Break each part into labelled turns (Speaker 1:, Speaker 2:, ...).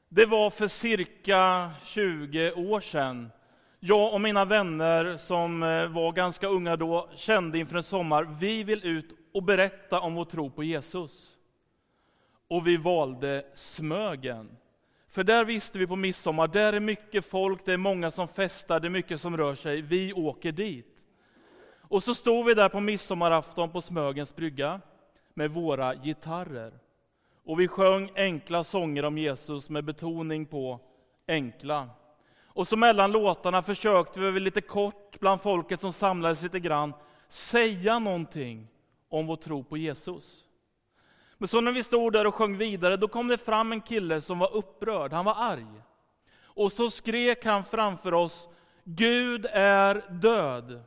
Speaker 1: Det var för cirka 20 år sedan. Jag och mina vänner som var ganska unga då kände inför en sommar, vi vill ut och berätta om vår tro på Jesus. Och vi valde Smögen. För där visste vi på midsommar, där är mycket folk, det är många som festar, det är mycket som rör sig. Vi åker dit. Och så stod vi där på midsommarafton på Smögens brygga med våra gitarrer. Och vi sjöng enkla sånger om Jesus med betoning på enkla. Och så mellan låtarna försökte vi lite kort bland folket som samlades lite grann säga någonting om vår tro på Jesus. Men så när vi stod där och sjöng vidare, då kom det fram en kille som var upprörd, han var arg. Och så skrek han framför oss, Gud är död.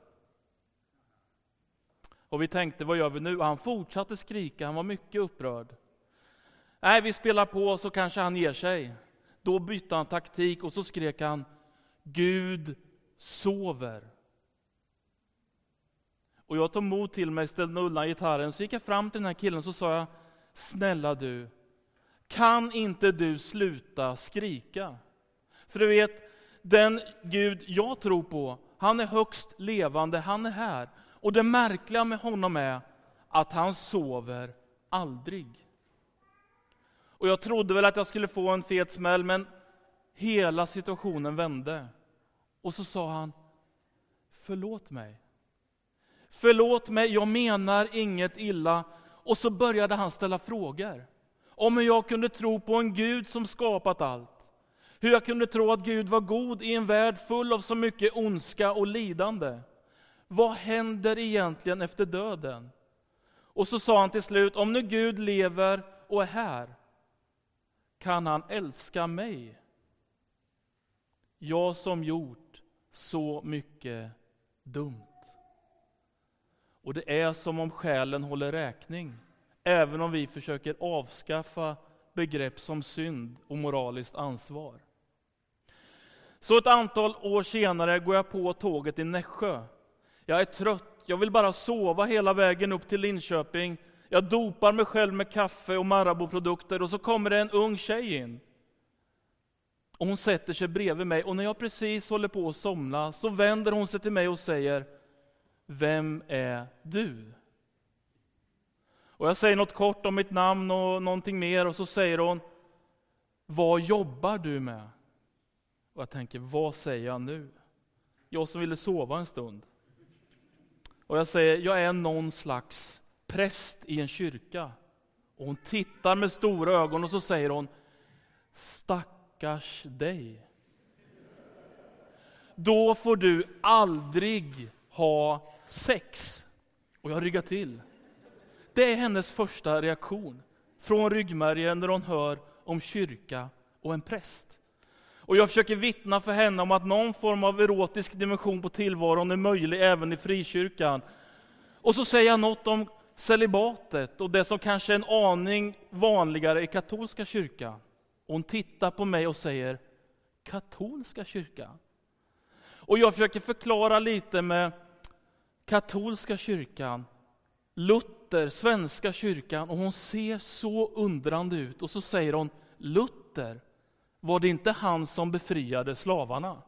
Speaker 1: Och vi tänkte, vad gör vi nu? Och han fortsatte skrika, han var mycket upprörd. Nej, vi spelar på så kanske han ger sig. Då bytte han taktik och så skrek han, Gud sover. Och jag tog mod till mig, ställde undan gitarren, så gick jag fram till den här killen och så sa jag, snälla du, kan inte du sluta skrika? För du vet, den Gud jag tror på, han är högst levande, han är här. Och det märkliga med honom är att han sover aldrig. Och jag trodde väl att jag skulle få en fet smäll, men hela situationen vände. Och så sa han, förlåt mig. Förlåt mig, jag menar inget illa. Och så började han ställa frågor. Om hur jag kunde tro på en Gud som skapat allt. Hur jag kunde tro att Gud var god i en värld full av så mycket ondska och lidande. Vad händer egentligen efter döden? Och så sa han till slut, om nu Gud lever och är här, kan han älska mig? Jag som gjort så mycket dumt. Och det är som om själen håller räkning, även om vi försöker avskaffa begrepp som synd och moraliskt ansvar. Så ett antal år senare går jag på tåget i Nässjö. Jag är trött, jag vill bara sova hela vägen upp till Linköping. Jag dopar mig själv med kaffe och Marabou-produkter och så kommer det en ung tjej in. Och hon sätter sig bredvid mig och när jag precis håller på att somna så vänder hon sig till mig och säger, vem är du? Och jag säger något kort om mitt namn och någonting mer och så säger hon, vad jobbar du med? Och jag tänker, vad säger jag nu? Jag som ville sova en stund. Och jag säger, jag är någon slags präst i en kyrka. Och hon tittar med stora ögon och så säger hon, stackars dig. Då får du aldrig ha sex. Och jag ryggar till. Det är hennes första reaktion från ryggmärgen när hon hör om kyrka och en präst. Och jag försöker vittna för henne om att någon form av erotisk dimension på tillvaron är möjlig även i frikyrkan. Och så säger jag något om celibatet och det som kanske är en aning vanligare i katolska kyrkan. Och hon tittar på mig och säger, katolska kyrkan? Och jag försöker förklara lite med katolska kyrkan, Luther, svenska kyrkan, och hon ser så undrande ut. Och så säger hon, Luther, var det inte han som befriade slavarna?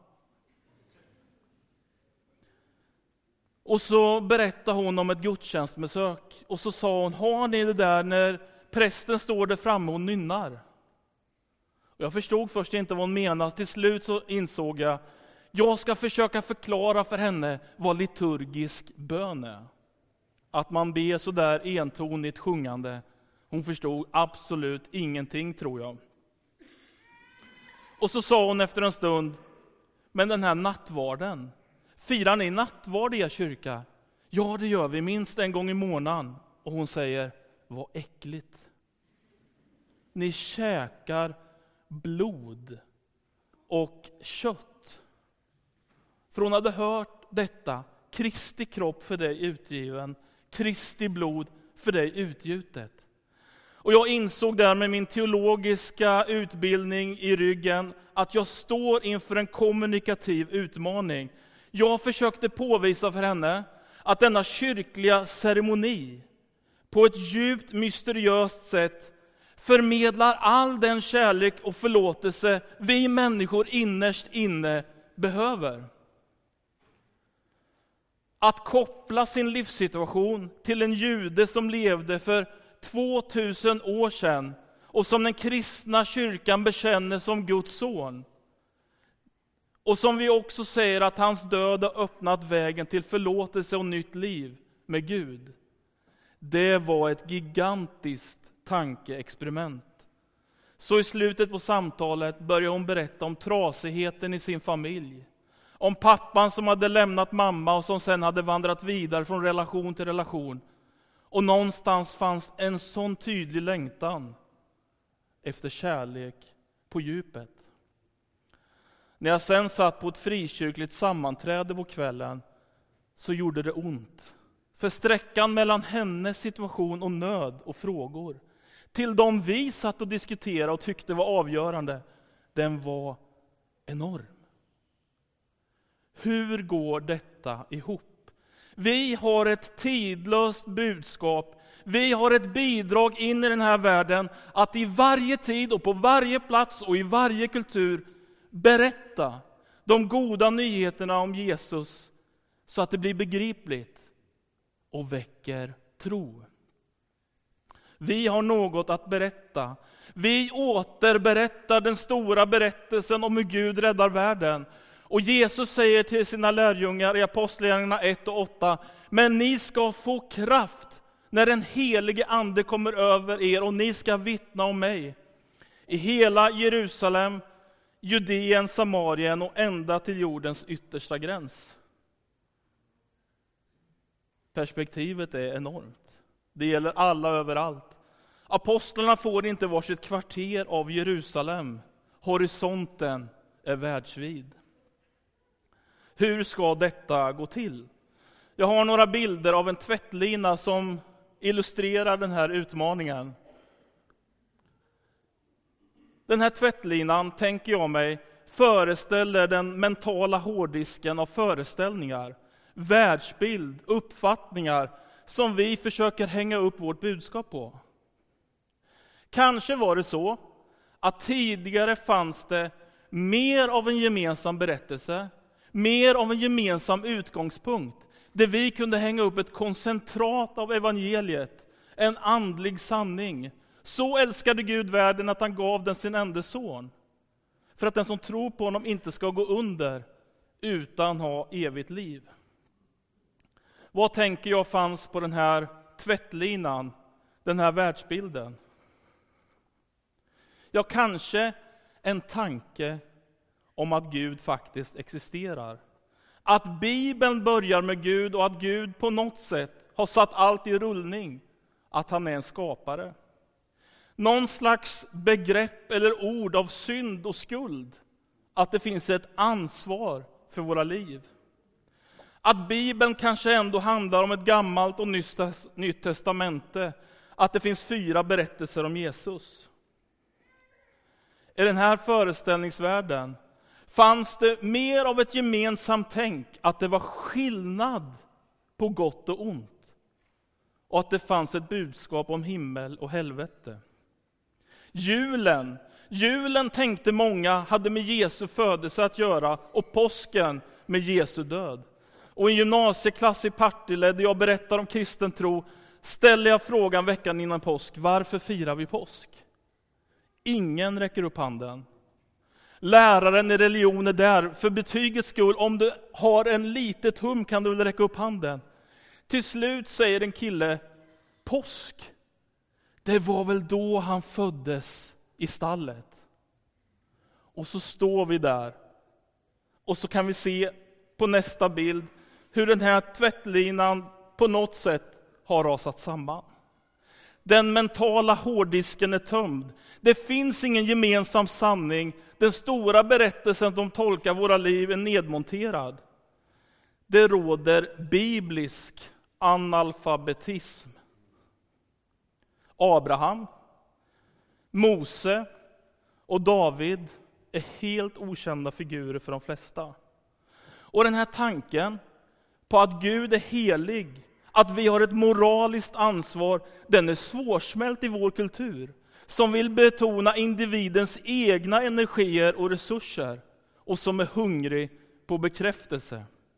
Speaker 1: Och så berättar hon om ett gudstjänstbesök. Och så sa hon, har ni det där när prästen står där framme och nynnar? Och jag förstod först inte vad hon menade. Till slut så insåg jag ska försöka förklara för henne vad liturgisk bön är. Att man ber så där entonigt sjungande. Hon förstod absolut ingenting, tror jag. Och så sa hon efter en stund, men den här nattvarden, firar ni nattvard i er kyrka? Ja, det gör vi minst en gång i månaden. Och hon säger, vad äckligt. Ni käkar blod och kött. För hon hade hört detta, Kristi kropp för dig utgiven, Kristi blod för dig utgjutet. Och jag insåg där med min teologiska utbildning i ryggen att jag står inför en kommunikativ utmaning. Jag försökte påvisa för henne att denna kyrkliga ceremoni på ett djupt mysteriöst sätt förmedlar all den kärlek och förlåtelse vi människor innerst inne behöver. Att koppla sin livssituation till en jude som levde för 2000 år sedan och som den kristna kyrkan bekänner som Guds son. Och som vi också säger att hans död har öppnat vägen till förlåtelse och nytt liv med Gud. Det var ett gigantiskt tankeexperiment. Så i slutet på samtalet började hon berätta om trasigheten i sin familj. Om pappan som hade lämnat mamma och som sen hade vandrat vidare från relation till relation. Och någonstans fanns en sån tydlig längtan efter kärlek på djupet. När jag sen satt på ett frikyrkligt sammanträde på kvällen så gjorde det ont. För sträckan mellan hennes situation och nöd och frågor till de vi satt och diskuterade och tyckte var avgörande, den var enorm. Hur går detta ihop? Vi har ett tidlöst budskap. Vi har ett bidrag in i den här världen att i varje tid och på varje plats och i varje kultur berätta de goda nyheterna om Jesus så att det blir begripligt och väcker tro. Vi har något att berätta. Vi återberättar den stora berättelsen om hur Gud räddar världen. Och Jesus säger till sina lärjungar i Apostlagärningarna 1 och 8: men ni ska få kraft när den helige ande kommer över er och ni ska vittna om mig i hela Jerusalem, Judeen, Samarien och ända till jordens yttersta gräns. Perspektivet är enormt. Det gäller alla överallt. Apostlarna får inte varsitt kvarter av Jerusalem. Horisonten är världsvid. Hur ska detta gå till? Jag har några bilder av en tvättlina som illustrerar den här utmaningen. Den här tvättlinan, tänker jag mig, föreställer den mentala hårddisken av föreställningar, världsbild, uppfattningar som vi försöker hänga upp vårt budskap på. Kanske var det så att tidigare fanns det mer av en gemensam berättelse, mer av en gemensam utgångspunkt, där vi kunde hänga upp ett koncentrat av evangeliet, en andlig sanning. Så älskade Gud världen att han gav den sin enda son, för att den som tror på honom inte ska gå under utan ha evigt liv. Vad tänker jag fanns på den här tvättlinan, den här världsbilden? Ja, kanske en tanke om att Gud faktiskt existerar. Att Bibeln börjar med Gud och att Gud på något sätt har satt allt i rullning. Att han är en skapare. Någon slags begrepp eller ord av synd och skuld. Att det finns ett ansvar för våra liv. Att Bibeln kanske ändå handlar om ett gammalt och nytt testamente. Att det finns 4 berättelser om Jesus. I den här föreställningsvärlden fanns det mer av ett gemensamt tänk att det var skillnad på gott och ont. Och att det fanns ett budskap om himmel och helvete. Julen tänkte många hade med Jesu födelse att göra och påsken med Jesu död. Och i en gymnasieklass i Partille där jag berättar om kristen tro ställer jag frågan veckan innan påsk: varför firar vi påsk? Ingen räcker upp handen. Läraren i religion är där för betygets skull. Om du har en litet hum kan du väl räcka upp handen. Till slut säger en kille: påsk. Det var väl då han föddes i stallet. Och så står vi där. Och så kan vi se på nästa bild hur den här tvättlinan på något sätt har rasat samman. Den mentala hårddisken är tömd. Det finns ingen gemensam sanning. Den stora berättelsen som tolkar våra liv är nedmonterad. Det råder biblisk analfabetism. Abraham, Mose och David är helt okända figurer för de flesta. Och den här tanken på att Gud är helig, att vi har ett moraliskt ansvar, den är svårsmält i vår kultur. som vill betona individens egna energier och resurser och som är hungrig på bekräftelse.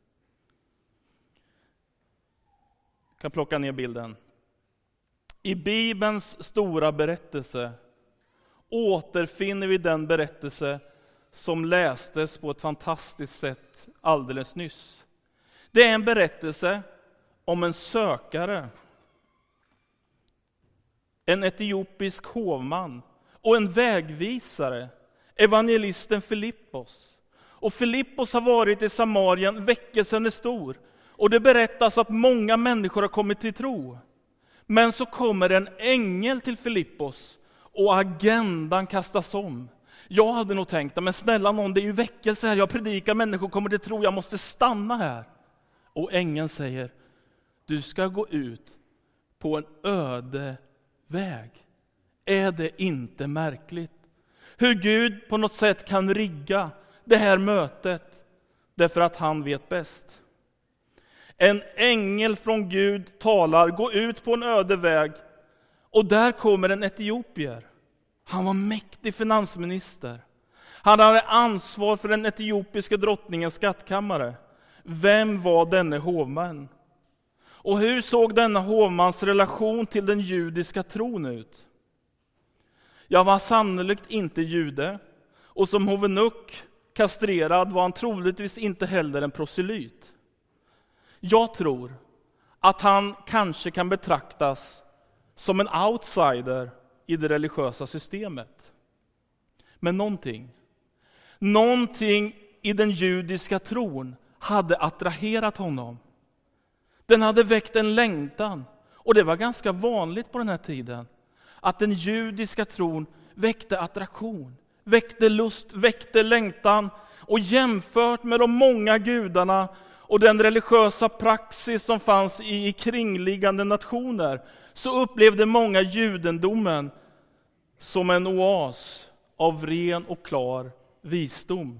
Speaker 1: Jag kan plocka ner bilden. I Bibelns stora berättelse återfinner vi den berättelse som lästes på ett fantastiskt sätt alldeles nyss. Det är en berättelse om en sökare, en etiopisk hovman och en vägvisare, evangelisten Filippos. Och Filippos har varit i Samarien, väckelsen är stor. Och det berättas att många människor har kommit till tro. Men så kommer en ängel till Filippos och agendan kastas om. Jag hade nog tänkt, men snälla någon, det är ju väckelse här, jag predikar, människor kommer till tro, jag måste stanna här. Och ängeln säger, du ska gå ut på en öde väg. Är det inte märkligt? Hur Gud på något sätt kan rigga det här mötet därför att han vet bäst. En ängel från Gud talar, gå ut på en öde väg, och där kommer en etiopier. Han var mäktig finansminister. Han hade ansvar för den etiopiska drottningens skattkammare. Vem var denne hovman? Och hur såg denna hovmans relation till den judiska tron ut? Jag var sannolikt inte jude, och som hovenuck kastrerad var han troligtvis inte heller en proselyt. Jag tror att han kanske kan betraktas som en outsider i det religiösa systemet. Men någonting i den judiska tron hade attraherat honom. Den hade väckt en längtan, och det var ganska vanligt på den här tiden att den judiska tron väckte attraktion, väckte lust, väckte längtan. Och jämfört med de många gudarna och den religiösa praxis som fanns i kringliggande nationer, så upplevde många judendomen som en oas av ren och klar visdom.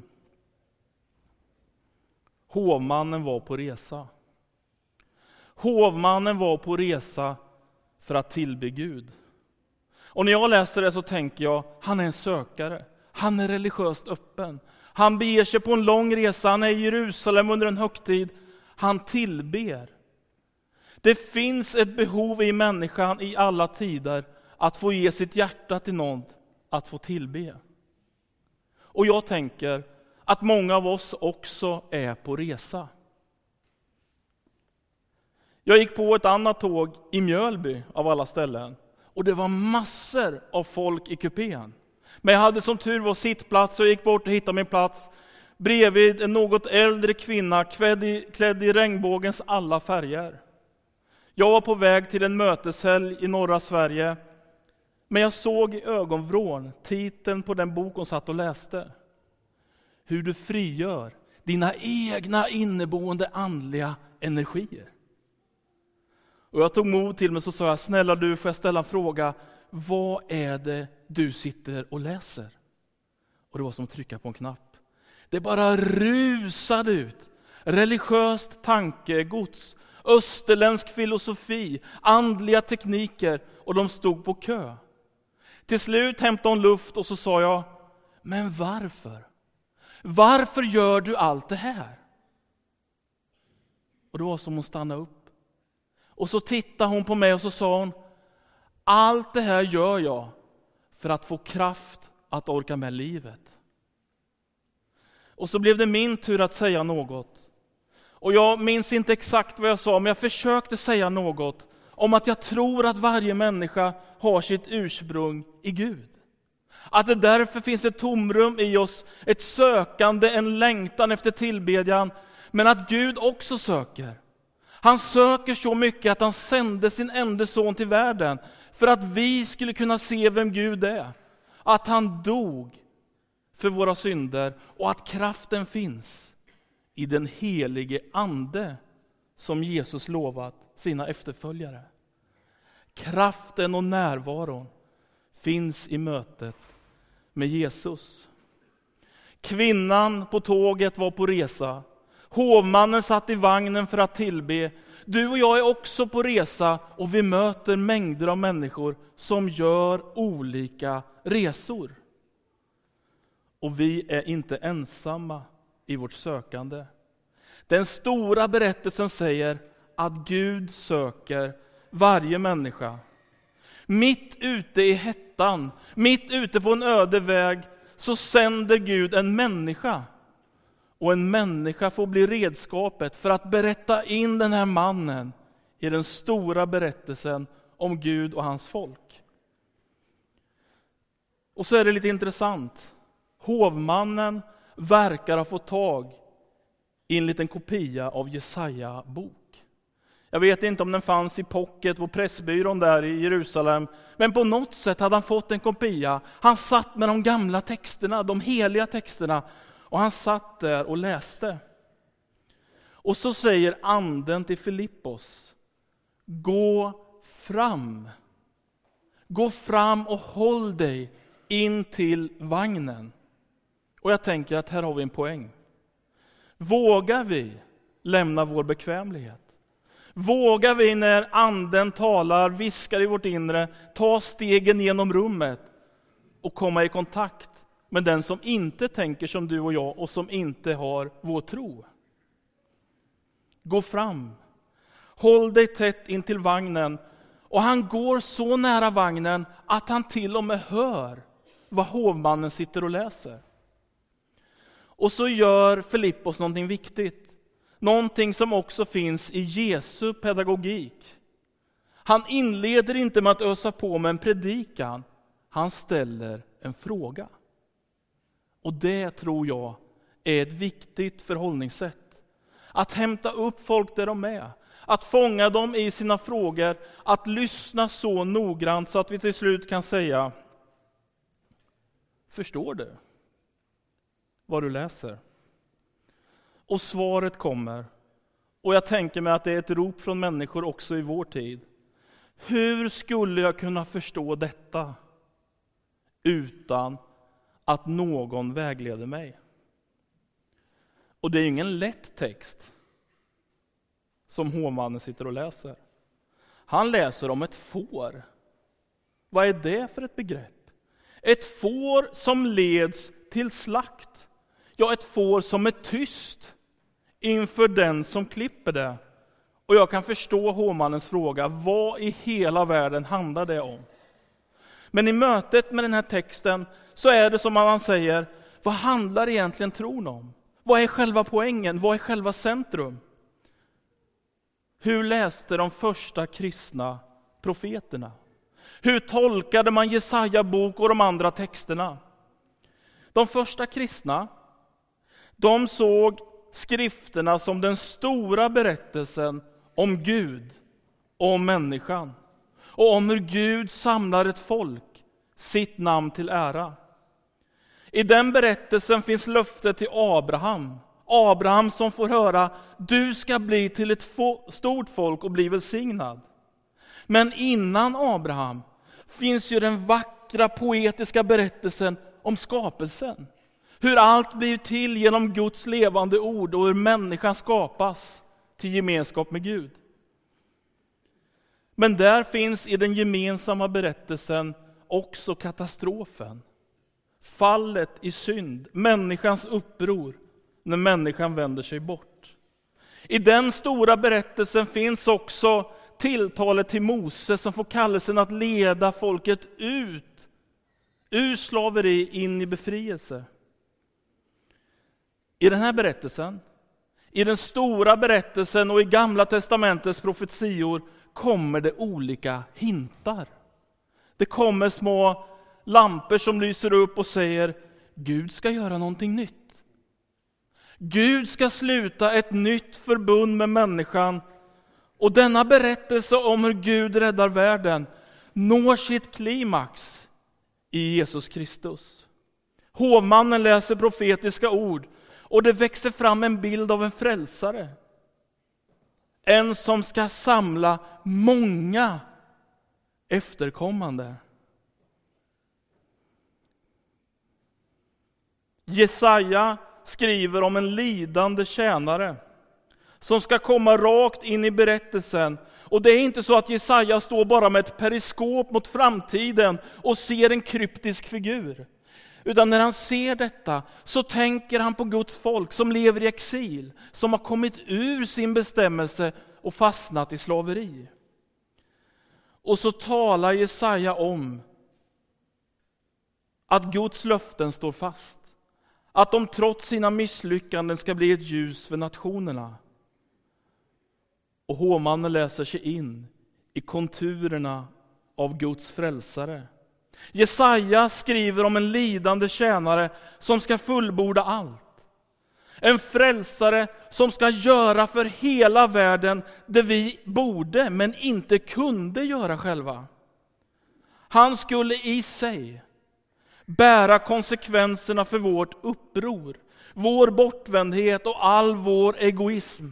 Speaker 1: Hovmannen var på resa. Hovmannen var på resa för att tillbe Gud. Och när jag läser det så tänker jag, han är en sökare. Han är religiöst öppen. Han beger sig på en lång resa. Han är i Jerusalem under en högtid. Han tillber. Det finns ett behov i människan i alla tider att få ge sitt hjärta till något, att få tillbe. Och jag tänker att många av oss också är på resa. Jag gick på ett annat tåg i Mjölby av alla ställen. Och det var massor av folk i kupén. Men jag hade som tur var sittplats, och jag gick bort och hittade min plats bredvid en något äldre kvinna klädd i regnbågens alla färger. Jag var på väg till en möteshelg i norra Sverige, men jag såg i ögonvrån titeln på den bok hon satt och läste. Hur du frigör dina egna inneboende andliga energier. Och jag tog mod till mig, så sa jag, snälla du, får jag ställa en fråga? Vad är det du sitter och läser? Och det var som att trycka på en knapp. Det bara rusade ut. Religiöst tankegods, österländsk filosofi, andliga tekniker, och de stod på kö. Till slut hämtade hon luft och så sa jag, men varför? Varför gör du allt det här? Och det var som hon stannade upp. Och så tittade hon på mig och så sa hon, allt det här gör jag för att få kraft att orka med livet. Och så blev det min tur att säga något. Och jag minns inte exakt vad jag sa, men jag försökte säga något om att jag tror att varje människa har sitt ursprung i Gud. Att det därför finns ett tomrum i oss, ett sökande, en längtan efter tillbedjan, men att Gud också söker. Han söker så mycket att han sände sin enda son till världen för att vi skulle kunna se vem Gud är. Att han dog för våra synder och att kraften finns i den helige ande som Jesus lovat sina efterföljare. Kraften och närvaron finns i mötet med Jesus. Kvinnan på tåget var på resa. Hovmannen satt i vagnen för att tillbe. Du och jag är också på resa och vi möter mängder av människor som gör olika resor. Och vi är inte ensamma i vårt sökande. Den stora berättelsen säger att Gud söker varje människa. Mitt ute i hettan, mitt ute på en öde väg, så sänder Gud en människa. Och en människa får bli redskapet för att berätta in den här mannen i den stora berättelsen om Gud och hans folk. Och så är det lite intressant. Hovmannen verkar ha fått tag i en liten kopia av Jesaja bok. Jag vet inte om den fanns i pocket på pressbyrån där i Jerusalem, men på något sätt hade han fått en kopia. Han satt med de gamla texterna, de heliga texterna, och han satt där och läste. Och så säger anden till Filippos: gå fram och håll dig in till vagnen. Och jag tänker att här har vi en poäng. Vågar vi lämna vår bekvämlighet? Vågar vi när anden talar, viskar i vårt inre, ta stegen genom rummet och komma i kontakt med den som inte tänker som du och jag och som inte har vår tro? Gå fram. Håll dig tätt in till vagnen. Och han går så nära vagnen att han till och med hör vad hovmannen sitter och läser. Och så gör Filippos någonting viktigt. Någonting som också finns i Jesu pedagogik. Han inleder inte med att ösa på med en predikan. Han ställer en fråga. Och det tror jag är ett viktigt förhållningssätt. Att hämta upp folk där de är. Att fånga dem i sina frågor. Att lyssna så noggrant så att vi till slut kan säga: förstår du vad du läser? Och svaret kommer. Och jag tänker mig att det är ett rop från människor också i vår tid. Hur skulle jag kunna förstå detta utan att någon vägleder mig? Och det är ingen lätt text som hovmannen sitter och läser. Han läser om ett får. Vad är det för ett begrepp? Ett får som leds till slakt. Ja, ett får som är tyst inför den som klipper det. Och jag kan förstå hovmannens fråga: vad i hela världen handlar det om? Men i mötet med den här texten så är det som han säger: vad handlar egentligen tron om? Vad är själva poängen? Vad är själva centrum? Hur läste de första kristna profeterna? Hur tolkade man Jesaja bok och de andra texterna? De första kristna, de såg skrifterna som den stora berättelsen om Gud och om människan. Och om hur Gud samlar ett folk, sitt namn till ära. I den berättelsen finns löftet till Abraham. Abraham som får höra: du ska bli till ett stort folk och bli välsignad. Men innan Abraham finns ju den vackra poetiska berättelsen om skapelsen. Hur allt blir till genom Guds levande ord och hur människan skapas till gemenskap med Gud. Men där finns i den gemensamma berättelsen också katastrofen. Fallet i synd, människans uppror när människan vänder sig bort. I den stora berättelsen finns också tilltalet till Mose som får kallelsen att leda folket ut ur slaveri in i befrielse. I den här berättelsen, i den stora berättelsen och i Gamla testamentets profetior kommer det olika hintar. Det kommer små lampor som lyser upp och säger: Gud ska göra någonting nytt. Gud ska sluta ett nytt förbund med människan. Och denna berättelse om hur Gud räddar världen når sitt klimax i Jesus Kristus. Hovmannen läser profetiska ord och det växer fram en bild av en frälsare. En som ska samla många efterkommande. Jesaja skriver om en lidande tjänare som ska komma rakt in i berättelsen. Och det är inte så att Jesaja står bara med ett periskop mot framtiden och ser en kryptisk figur. Utan när han ser detta så tänker han på Guds folk som lever i exil, som har kommit ur sin bestämmelse och fastnat i slaveri. Och så talar Jesaja om att Guds löften står fast. Att de trots sina misslyckanden ska bli ett ljus för nationerna. Och hovmannen läser sig in i konturerna av Guds frälsare. Jesaja skriver om en lidande tjänare som ska fullborda allt. En frälsare som ska göra för hela världen det vi borde men inte kunde göra själva. Han skulle i sig bära konsekvenserna för vårt uppror, vår bortvändhet och all vår egoism.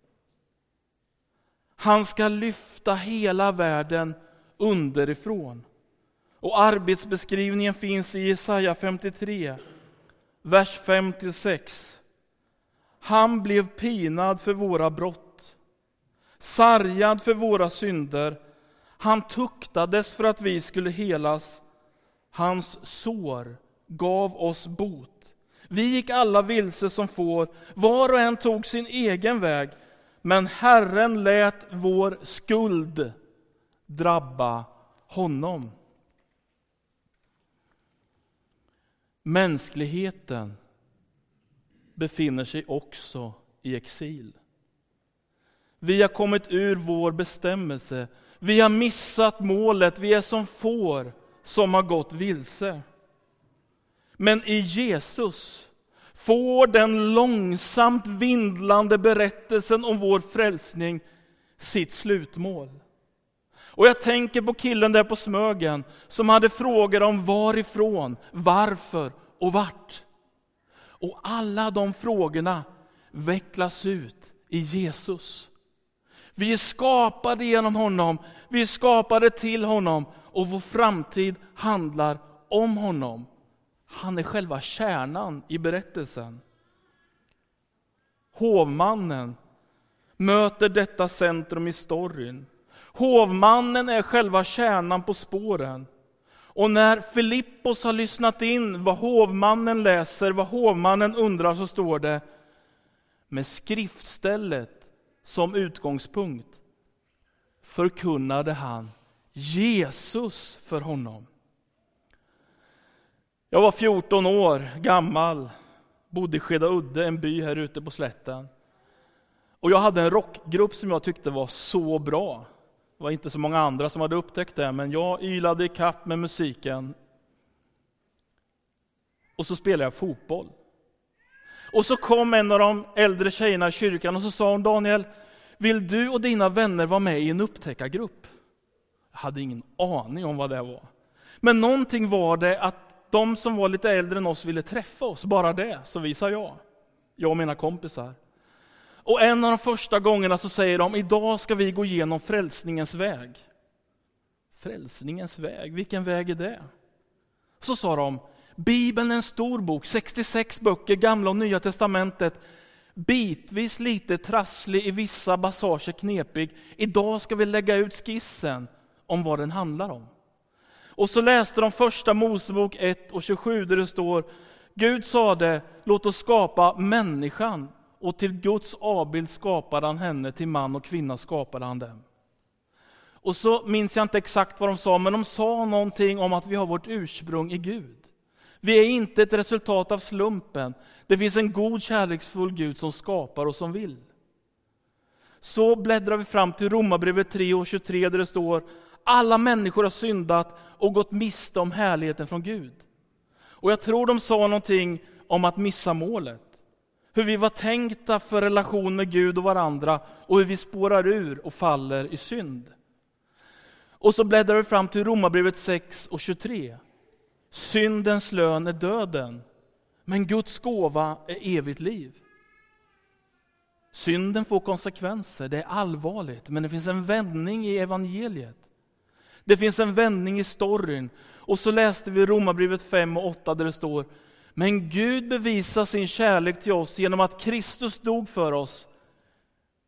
Speaker 1: Han ska lyfta hela världen underifrån. Och arbetsbeskrivningen finns i Jesaja 53, vers 5-6. Han blev pinad för våra brott, sargad för våra synder. Han tuktades för att vi skulle helas. Hans sår gav oss bot. Vi gick alla vilse som får, var och en tog sin egen väg. Men Herren lät vår skuld drabba honom. Mänskligheten befinner sig också i exil. Vi har kommit ur vår bestämmelse. Vi har missat målet. Vi är som får som har gått vilse. Men i Jesus får den långsamt vindlande berättelsen om vår frälsning sitt slutmål. Och jag tänker på killen där på Smögen som hade frågor om varifrån, varför och vart. Och alla de frågorna vecklas ut i Jesus. Vi är skapade genom honom, vi är skapade till honom och vår framtid handlar om honom. Han är själva kärnan i berättelsen. Hovmannen möter detta centrum i storyn. Hovmannen är själva kärnan på spåren. Och när Filippos har lyssnat in vad hovmannen läser, vad hovmannen undrar, så står det: med skriftstället som utgångspunkt förkunnade han Jesus för honom. Jag var 14 år gammal, bodde i Skedaudde, en by här ute på slätten. Och jag hade en rockgrupp som jag tyckte var så bra. Det var inte så många andra som hade upptäckt det, men jag ylade i kapp med musiken. Och så spelade jag fotboll. Och så kom en av de äldre tjejerna i kyrkan och så sa hon: Daniel, vill du och dina vänner vara med i en upptäckargrupp? Jag hade ingen aning om vad det var. Men någonting var det att de som var lite äldre än oss ville träffa oss, bara det. Så vi sa ja. Jag och mina kompisar. Och en av de första gångerna så säger de: idag ska vi gå igenom frälsningens väg. Frälsningens väg? Vilken väg är det? Så sa de: Bibeln är en stor bok, 66 böcker, Gamla och Nya testamentet. Bitvis lite trasslig, i vissa passager knepig. Idag ska vi lägga ut skissen om vad den handlar om. Och så läste de första Mosebok 1:27 där det står: Gud sade, låt oss skapa människan, och till Guds avbild skapade han henne, till man och kvinna skapade han dem. Och så minns jag inte exakt vad de sa, men de sa någonting om att vi har vårt ursprung i Gud. Vi är inte ett resultat av slumpen. Det finns en god, kärleksfull Gud som skapar och som vill. Så bläddrar vi fram till Romarbrevet 3:23 där det står: alla människor har syndat och gått miste om härligheten från Gud. Och jag tror de sa någonting om att missa målet. Hur vi var tänkta för relation med Gud och varandra och hur vi spårar ur och faller i synd. Och så bläddrar vi fram till Romarbrevet 6:23. Syndens lön är döden, men Guds gåva är evigt liv. Synden får konsekvenser, det är allvarligt, men det finns en vändning i evangeliet. Det finns en vändning i storyn. Och så läste vi Romarbrevet 5:8 där det står: men Gud bevisar sin kärlek till oss genom att Kristus dog för oss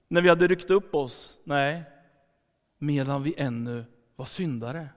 Speaker 1: När vi hade ryckt upp oss? Nej, medan vi ännu var syndare.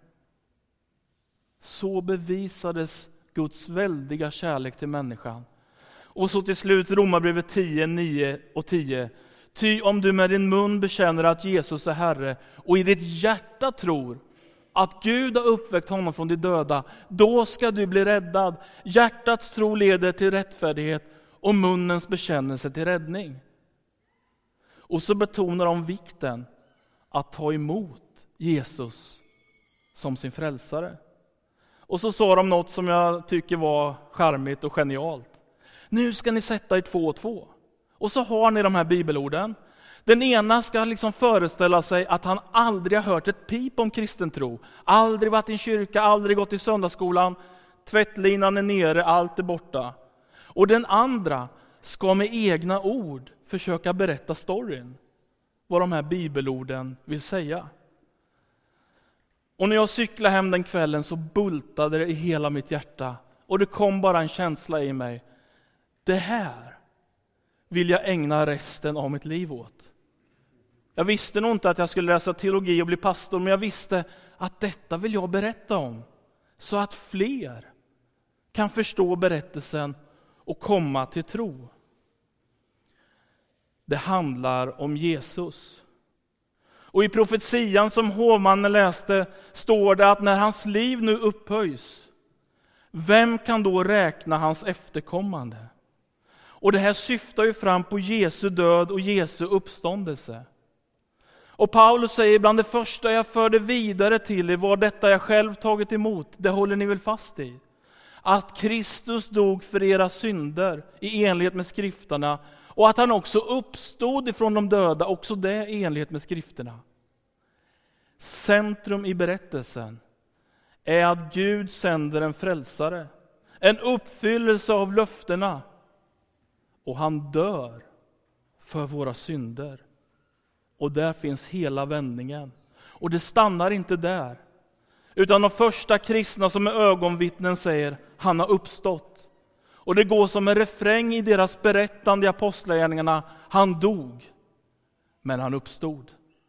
Speaker 1: Så bevisades Guds väldiga kärlek till människan. Och så till slut Romarbrevet 10, 9 och 10. Ty om du med din mun bekänner att Jesus är Herre och i ditt hjärta tror att Gud har uppväckt honom från de döda, då ska du bli räddad. Hjärtats tro leder till rättfärdighet och munnens bekännelse till räddning. Och så betonar de vikten att ta emot Jesus som sin frälsare. Och så sa de något som jag tycker var charmigt och genialt. Nu ska ni sätta i 2 och 2. Och så har ni de här bibelorden. Den ena ska liksom föreställa sig att han aldrig har hört ett pip om kristen tro. Aldrig varit i en kyrka, aldrig gått i söndagsskolan. Tvättlinan är nere, allt är borta. Och den andra ska med egna ord försöka berätta storyn. Vad de här bibelorden vill säga. Och när jag cyklade hem den kvällen så bultade det i hela mitt hjärta. Och det kom bara en känsla i mig. Det här vill jag ägna resten av mitt liv åt. Jag visste nog inte att jag skulle läsa teologi och bli pastor, men jag visste att detta vill jag berätta om. Så att fler kan förstå berättelsen och komma till tro. Det handlar om Jesus. Och i profetian som hovmannen läste står det att när hans liv nu upphöjs, vem kan då räkna hans efterkommande? Och det här syftar ju fram på Jesu död och Jesu uppståndelse. Och Paulus säger, bland det första jag förde vidare till er var detta jag själv tagit emot. Det håller ni väl fast i? Att Kristus dog för era synder i enlighet med skrifterna. Och att han också uppstod ifrån de döda, också det i enlighet med skrifterna. Centrum i berättelsen är att Gud sänder en frälsare. En uppfyllelse av löftena. Och han dör för våra synder. Och där finns hela vändningen. Och det stannar inte där. Utan de första kristna som är ögonvittnen säger, han har uppstått. Och det går som en refräng i deras berättande i apostlagärningarna, han dog, men han uppstod.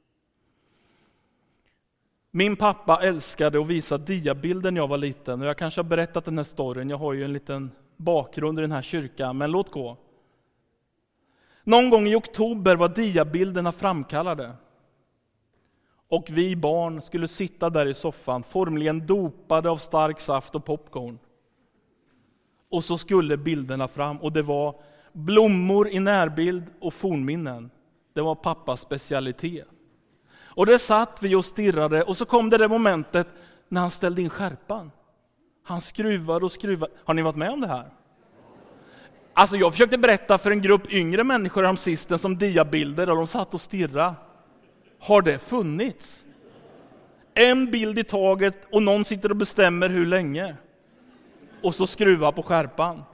Speaker 1: Min pappa älskade att visa diabilder när jag var liten. Och jag kanske har berättat den här storyn, jag har ju en liten bakgrund i den här kyrkan, men låt gå. Någon gång i oktober var diabilderna framkallade. Och vi barn skulle sitta där i soffan, formligen dopade av stark saft och popcorn. Och så skulle bilderna fram, och det var blommor i närbild och fornminnen. Det var pappas specialitet. Och det satt vi och stirrade, och så kom det momentet när han ställde in skärpan. Han skruvade och skruvade. Har ni varit med om det här? Alltså jag försökte berätta för en grupp yngre människor om sisten som diabilder, och de satt och stirrade. Har det funnits? En bild i taget, och någon sitter och bestämmer hur länge. Och så skruva på skärpan.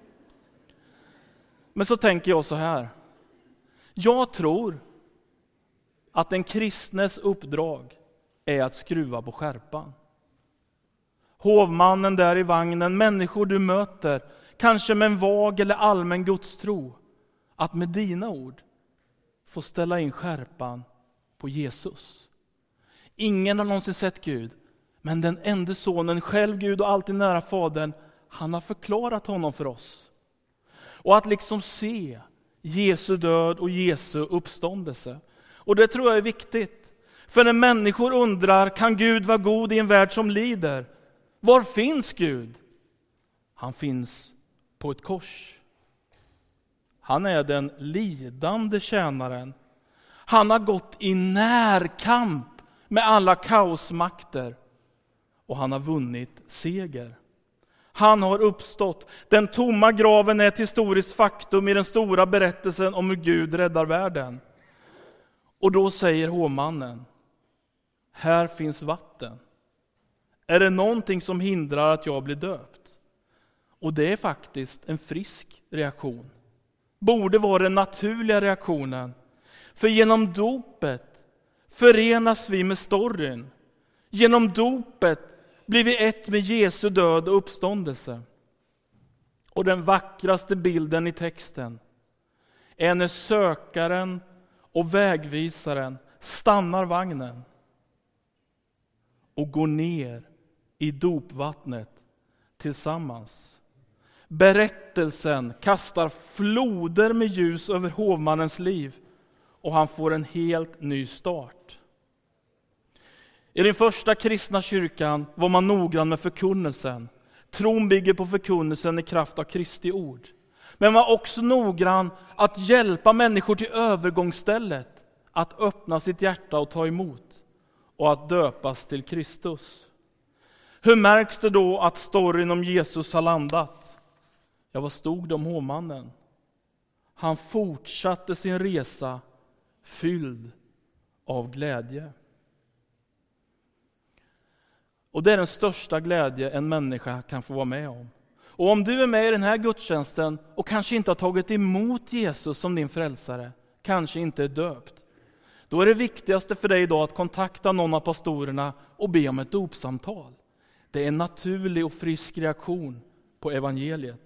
Speaker 1: Men så tänker jag så här. Jag tror att en kristnes uppdrag är att skruva på skärpan. Hovmannen där i vagnen, människor du möter, kanske med en vag eller allmän gudstro, att med dina ord få ställa in skärpan på Jesus. Ingen har någonsin sett Gud, men den enda sonen, själv Gud och alltid nära fadern, han har förklarat honom för oss. Och att liksom se Jesu död och Jesu uppståndelse. Och det tror jag är viktigt. För när människor undrar, kan Gud vara god i en värld som lider? Var finns Gud? Han finns på ett kors. Han är den lidande tjänaren. Han har gått i närkamp med alla kaosmakter. Och han har vunnit seger. Han har uppstått. Den tomma graven är ett historiskt faktum i den stora berättelsen om hur Gud räddar världen. Och då säger hovmannen, här finns vatten. Är det någonting som hindrar att jag blir döpt? Och det är faktiskt en frisk reaktion. Borde vara den naturliga reaktionen. För genom dopet förenas vi med storyn. Genom dopet blir vi ett med Jesu död och uppståndelse. Och den vackraste bilden i texten är när sökaren och vägvisaren stannar vagnen och går ner i dopvattnet tillsammans. Berättelsen kastar floder med ljus över hovmannens liv och han får en helt ny start. I den första kristna kyrkan var man noggrann med förkunnelsen. Tron bygger på förkunnelsen i kraft av Kristi ord. Men man var också noggrann att hjälpa människor till övergångsstället, att öppna sitt hjärta och ta emot och att döpas till Kristus. Hur märks det då att storyn om Jesus har landat? Ja, vad stod det om hovmannen? Han fortsatte sin resa fylld av glädje. Och det är den största glädje en människa kan få vara med om. Och om du är med i den här gudstjänsten och kanske inte har tagit emot Jesus som din frälsare, kanske inte är döpt, då är det viktigaste för dig idag att kontakta någon av pastorerna och be om ett dopsamtal. Det är en naturlig och frisk reaktion på evangeliet.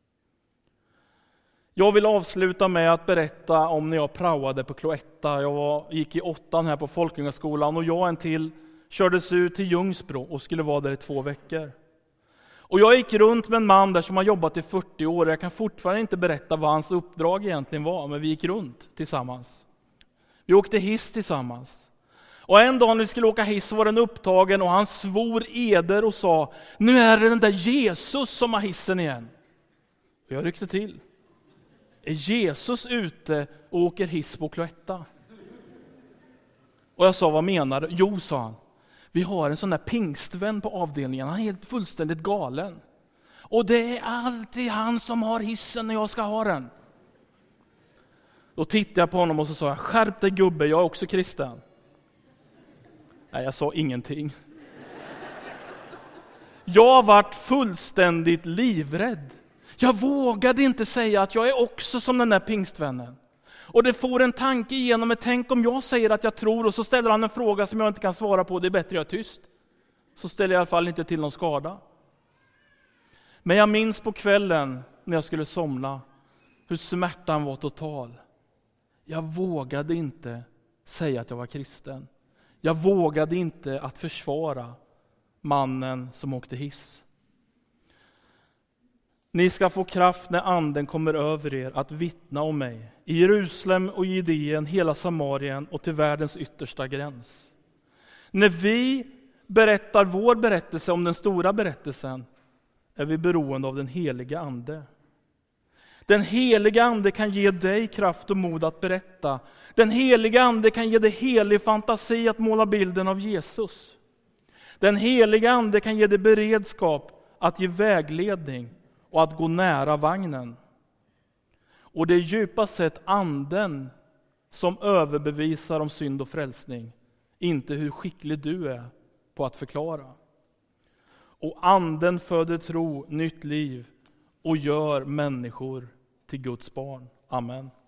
Speaker 1: Jag vill avsluta med att berätta om när jag praoade på Cloetta. Gick i 8 här på Folkungaskolan och jag och en till kördes ut till Ljungsbro och skulle vara där i 2 veckor. Och jag gick runt med en man där som har jobbat i 40 år. Jag kan fortfarande inte berätta vad hans uppdrag egentligen var, men vi gick runt tillsammans. Vi åkte hiss tillsammans. Och en dag när vi skulle åka hiss var den upptagen och han svor eder och sa: nu är det den där Jesus som har hissen igen. Och jag ryckte till. Är Jesus ute och åker hiss på Cloetta? Och jag sa: vad menar du? Jo, sa han. Vi har en sån där pingstvän på avdelningen. Han är helt fullständigt galen. Och det är alltid han som har hissen när jag ska ha den. Då tittade jag på honom och så sa jag: skärp dig gubbe, jag är också kristen. Nej, jag sa ingenting. Jag vart fullständigt livrädd. Jag vågade inte säga att jag är också som den där pingstvännen. Och det får en tanke igenom mig: tänk om jag säger att jag tror och så ställer han en fråga som jag inte kan svara på. Det är bättre jag är tyst. Så ställer jag i alla fall inte till någon skada. Men jag minns på kvällen när jag skulle somna hur smärtan var total. Jag vågade inte säga att jag var kristen. Jag vågade inte att försvara mannen som åkte hiss. Ni ska få kraft när anden kommer över er att vittna om mig i Jerusalem och Judeen, hela Samarien och till världens yttersta gräns. När vi berättar vår berättelse om den stora berättelsen är vi beroende av den heliga ande. Den heliga ande kan ge dig kraft och mod att berätta. Den heliga ande kan ge dig helig fantasi att måla bilden av Jesus. Den heliga ande kan ge dig beredskap att ge vägledning och att gå nära vagnen. Och det är djupast sett anden som överbevisar om synd och frälsning, inte hur skicklig du är på att förklara. Och anden föder tro, nytt liv och gör människor till Guds barn. Amen.